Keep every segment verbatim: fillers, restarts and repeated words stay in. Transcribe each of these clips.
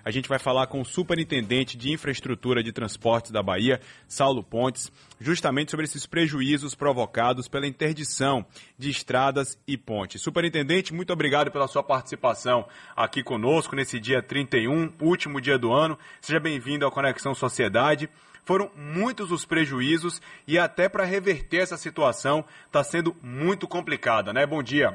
A gente vai falar com o Superintendente de Infraestrutura de Transportes da Bahia, Saulo Pontes, justamente sobre esses prejuízos provocados pela interdição de estradas e pontes. Superintendente, muito obrigado pela sua participação aqui conosco nesse dia trinta e um, último dia do ano. Seja bem-vindo ao Conexão Sociedade. Foram muitos os prejuízos e até para reverter essa situação está sendo muito complicada, né? Bom dia.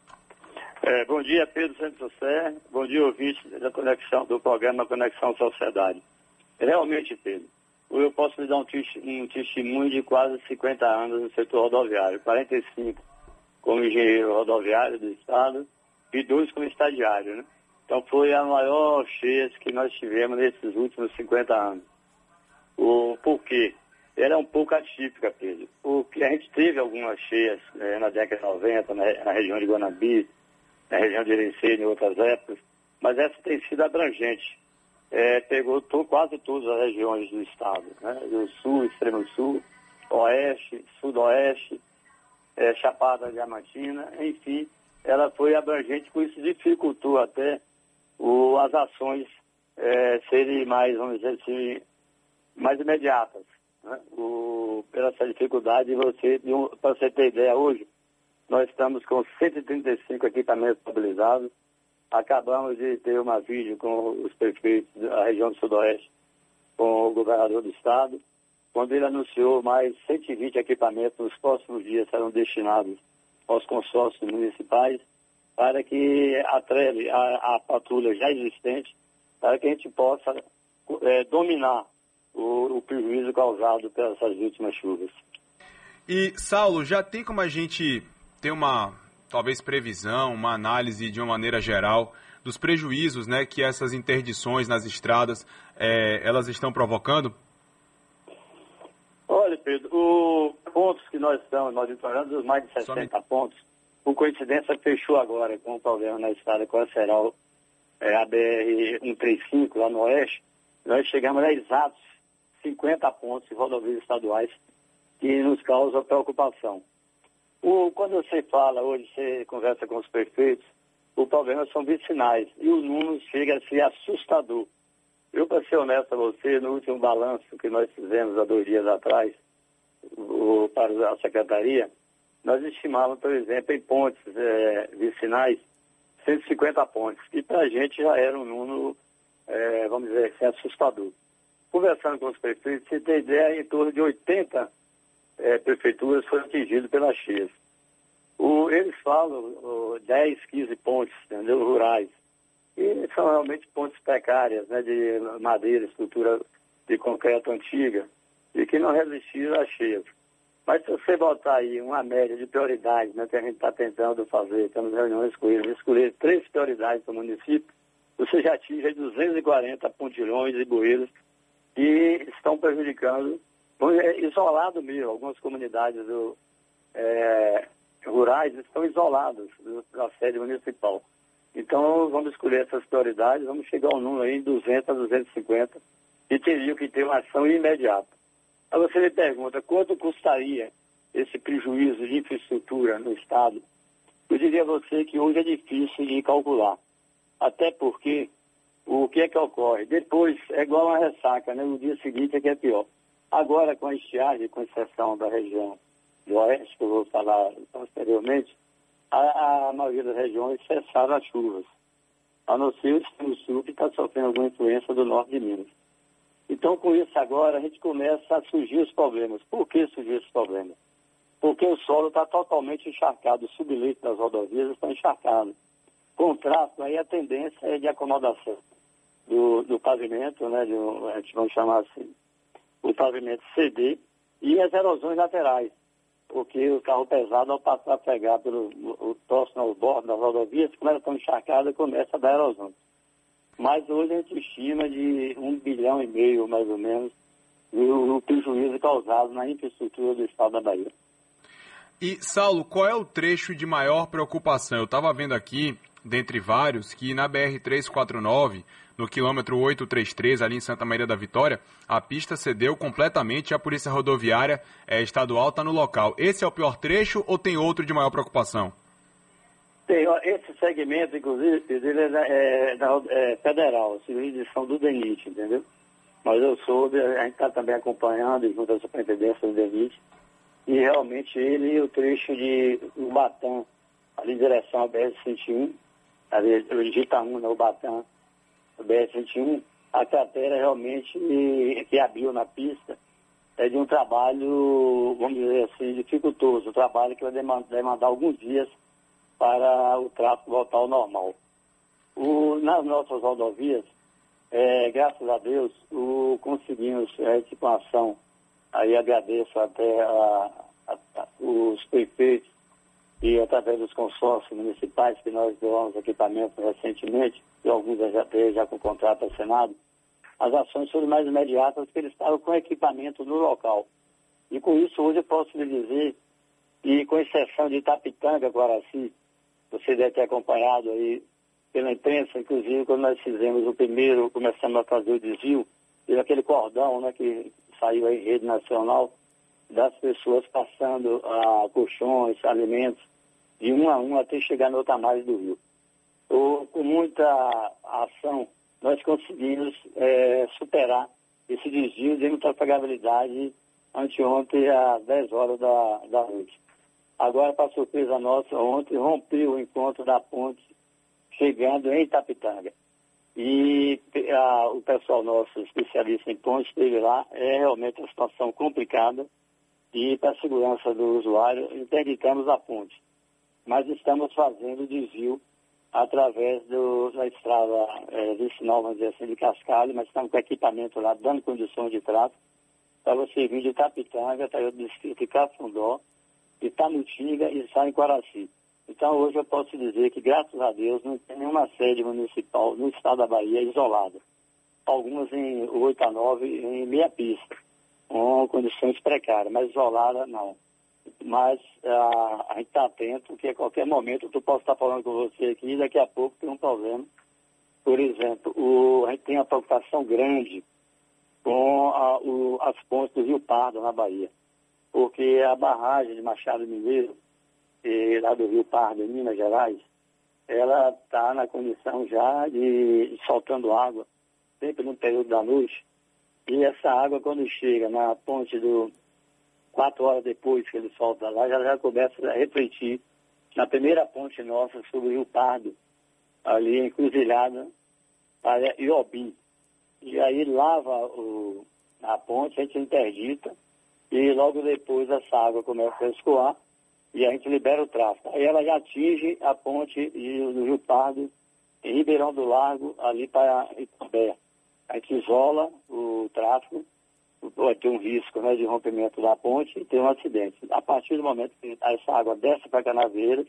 É, bom dia, Pedro Santos José. Bom dia, ouvinte da conexão, do programa Conexão Sociedade. Realmente, Pedro, eu posso lhe dar um, um testemunho de quase cinquenta anos no setor rodoviário, quarenta e cinco como engenheiro rodoviário do Estado e dois como estagiário, né? Então foi a maior cheia que nós tivemos nesses últimos cinquenta anos. O porquê? Ela é um pouco atípica, Pedro. Porque a gente teve algumas cheias né, na década de noventa, na, na região de Guanabi, na região de Irecê, em outras épocas, mas essa tem sido abrangente. É, pegou to, quase todas as regiões do estado, né? Do sul, extremo sul, oeste, sudoeste, é, Chapada Diamantina, enfim, ela foi abrangente, com isso dificultou até o, as ações é, serem mais, vamos dizer assim, mais imediatas, né? O, pela essa dificuldade, você, um, para você ter ideia, hoje nós estamos com cento e trinta e cinco equipamentos estabilizados, acabamos de ter uma vídeo com os prefeitos da região do Sudoeste, com o governador do estado, quando ele anunciou mais cento e vinte equipamentos nos próximos dias serão destinados aos consórcios municipais para que atrele a, a patrulha já existente, para que a gente possa é, dominar O, o prejuízo causado pelas últimas chuvas. E, Saulo, já tem como a gente ter uma, talvez, previsão, uma análise de uma maneira geral dos prejuízos, né, que essas interdições nas estradas, é, elas estão provocando? Olha, Pedro, os pontos que nós estamos monitorando, os mais de sessenta Some... pontos, por coincidência fechou agora com um problema na estrada Coraceral, é, a B R cento e trinta e cinco, lá no oeste, nós chegamos a exatos cinquenta pontos de rodovias estaduais que nos causam preocupação. O, quando você fala, hoje você conversa com os prefeitos, o problema são vicinais e o número chega a ser assustador. Eu, para ser honesto a você, no último balanço que nós fizemos há dois dias atrás, o, para a Secretaria, nós estimávamos, por exemplo, em pontes é, vicinais, cento e cinquenta pontes, que para a gente já era um número, é, vamos dizer assim, assustador. Conversando com os prefeitos, você tem ideia, em torno de oitenta é, prefeituras foram atingidas pelas cheias. O, eles falam o, dez, quinze pontes, entendeu, rurais. E são realmente pontes precárias, né, de madeira, estrutura de concreto antiga, e que não resistiram às cheias. Mas se você botar aí uma média de prioridades, né, que a gente está tentando fazer, temos reuniões com eles, escolher três prioridades para o município, você já atinge aí duzentos e quarenta pontilhões e bueiros que estão prejudicando, isolado mesmo, algumas comunidades do, é, rurais estão isoladas do, da sede municipal. Então, vamos escolher essas prioridades, vamos chegar ao número aí de duzentos a duzentos e cinquenta e teriam que ter uma ação imediata. Aí você me pergunta, quanto custaria esse prejuízo de infraestrutura no Estado? Eu diria a você que hoje é difícil de calcular, até porque o que é que ocorre? Depois é igual uma ressaca, né? No dia seguinte é que é pior. Agora, com a estiagem, com exceção da região do oeste, que eu vou falar posteriormente, a, a maioria das regiões cessaram as chuvas. A não ser o extremo sul, que está sofrendo alguma influência do norte de Minas. Então, com isso agora, a gente começa a surgir os problemas. Por que surgir esses problemas? Porque o solo está totalmente encharcado, o subleito das rodovias está encharcado. Com o tráfego, aí a tendência é de acomodação do, do pavimento, né, de, a gente vai chamar assim, o pavimento ceder, e as erosões laterais, porque o carro pesado, ao passar a pegar pelo o, próximo ao bordo das rodovias, como elas estão encharcadas, começa a dar erosão. Mas hoje a gente estima de um bilhão e meio, mais ou menos, o, o prejuízo causado na infraestrutura do estado da Bahia. E, Saulo, qual é o trecho de maior preocupação? Eu estava vendo aqui, dentre vários, que na B R trezentos e quarenta e nove, no quilômetro oitocentos e trinta e três, ali em Santa Maria da Vitória, a pista cedeu completamente e a Polícia Rodoviária é, Estadual está no local. Esse é o pior trecho ou tem outro de maior preocupação? Tem, ó, esse segmento, inclusive, ele é, da- é, da- é federal, jurisdição do D E N I T, entendeu? Mas eu soube, a gente está também acompanhando, junto à superintendência do D E N I T, e realmente ele, o trecho de Ubatã, ali em direção ao B R cento e um, ali, o Itaúna, Ubatã, o B R cento e um, a cratera realmente que abriu na pista é de um trabalho, vamos dizer assim, dificultoso, um trabalho que vai demandar, demandar alguns dias para o tráfego voltar ao normal. O, nas nossas rodovias, é, graças a Deus, o, conseguimos é, tipo uma ação, aí agradeço até a, a, a, os prefeitos e através dos consórcios municipais que nós doamos equipamentos recentemente, e alguns já, já com contrato assinado, as ações foram mais imediatas porque eles estavam com equipamento no local. E com isso, hoje eu posso lhe dizer, e com exceção de Itapitanga, Guaraci, você deve ter acompanhado aí pela imprensa, inclusive quando nós fizemos o primeiro, começamos a fazer o desvio, teve aquele cordão, né, que saiu aí em rede nacional, das pessoas passando a colchões, alimentos, de um a um até chegar no outra margem do rio. O, com muita ação, nós conseguimos é, superar esse desvio de intrafegabilidade anteontem às dez horas da, da noite. Agora, para surpresa nossa, ontem rompeu o encontro da ponte chegando em Itapitanga. E a, o pessoal nosso, especialista em pontes, esteve lá. É realmente uma situação complicada e para a segurança do usuário, interditamos a ponte. Mas estamos fazendo o desvio através do, da estrada é, vicinal, vamos dizer assim, de Cascalho, mas estamos com equipamento lá, dando condições de tráfego, para você vir de Itapitanga, até o distrito de Cafundó, Itamutinga e sai em Guaraci. Então, hoje eu posso dizer que, graças a Deus, não tem nenhuma sede municipal no estado da Bahia isolada. Algumas em oito a nove, em meia pista, com condições precárias, mas isolada não. Mas a, a gente está atento, porque a qualquer momento eu posso estar falando com você aqui e daqui a pouco tem um problema. Por exemplo, o, a gente tem uma preocupação grande com a, o, as pontes do Rio Pardo, na Bahia. Porque a barragem de Machado Mineiro, e, lá do Rio Pardo, em Minas Gerais, ela está na condição já de, de soltando água, sempre no período da noite. E essa água, quando chega na ponte do... Quatro horas depois que ele solta lá, já, já começa a refletir na primeira ponte nossa sobre o Rio Pardo, ali encruzilhada, para Iobim. E aí lava o, a ponte, a gente interdita, e logo depois essa água começa a escoar e a gente libera o tráfego. Aí ela já atinge a ponte do Rio Pardo, em Ribeirão do Largo, ali para Itambé. A gente isola o tráfego, vai ter um risco, né, de rompimento da ponte e ter um acidente. A partir do momento que essa água desce para Canaveiras,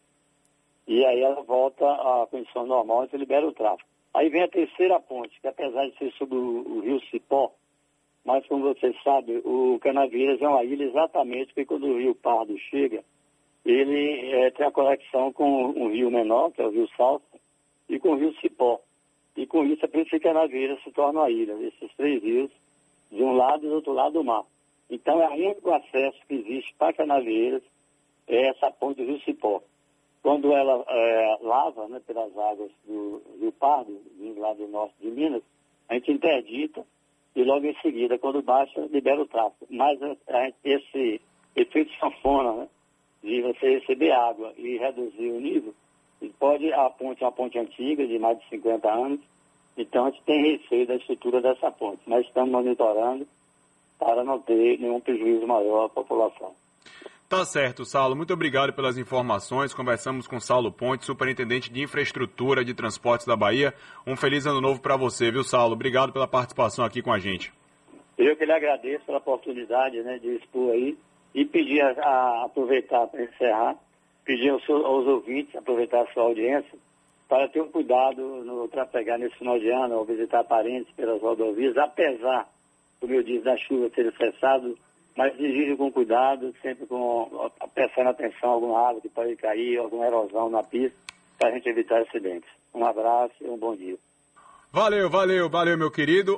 e aí ela volta à condição normal, a gente libera o tráfego. Aí vem a terceira ponte, que apesar de ser sobre o, o rio Cipó, mas como você sabe, o Canaveiras é uma ilha exatamente porque quando o rio Pardo chega, ele é, tem a conexão com um rio menor, que é o rio Salsa, e com o rio Cipó. E com isso, é por isso que Canaveiras se torna uma ilha, esses três rios, de um lado e do outro lado do mar. Então, é o único acesso que existe para Canaveiras, é essa ponte do rio Cipó. Quando ela é, lava, né, pelas águas do Rio Pardo, vindo lá do norte de Minas, a gente interdita e logo em seguida, quando baixa, libera o tráfego. Mas a, a, esse efeito sanfona, né, de você receber água e reduzir o nível, pode, a ponte é uma ponte antiga, de mais de cinquenta anos, então a gente tem receio da estrutura dessa ponte, mas estamos monitorando para não ter nenhum prejuízo maior à população. Tá certo, Saulo. Muito obrigado pelas informações. Conversamos com Saulo Pontes, superintendente de infraestrutura de transportes da Bahia. Um feliz ano novo para você, viu, Saulo? Obrigado pela participação aqui com a gente. Eu que lhe agradeço pela oportunidade, né, de expor aí e pedir a, a aproveitar para encerrar, pedir aos, aos ouvintes, aproveitar a sua audiência, para ter um cuidado no trafegar nesse final de ano, ao visitar parentes pelas rodovias, apesar, como eu disse, da chuva ter cessado, mas dirige com cuidado, sempre com, prestando atenção a alguma árvore que pode cair, alguma erosão na pista, para a gente evitar acidentes. Um abraço e um bom dia. Valeu, valeu, valeu, meu querido.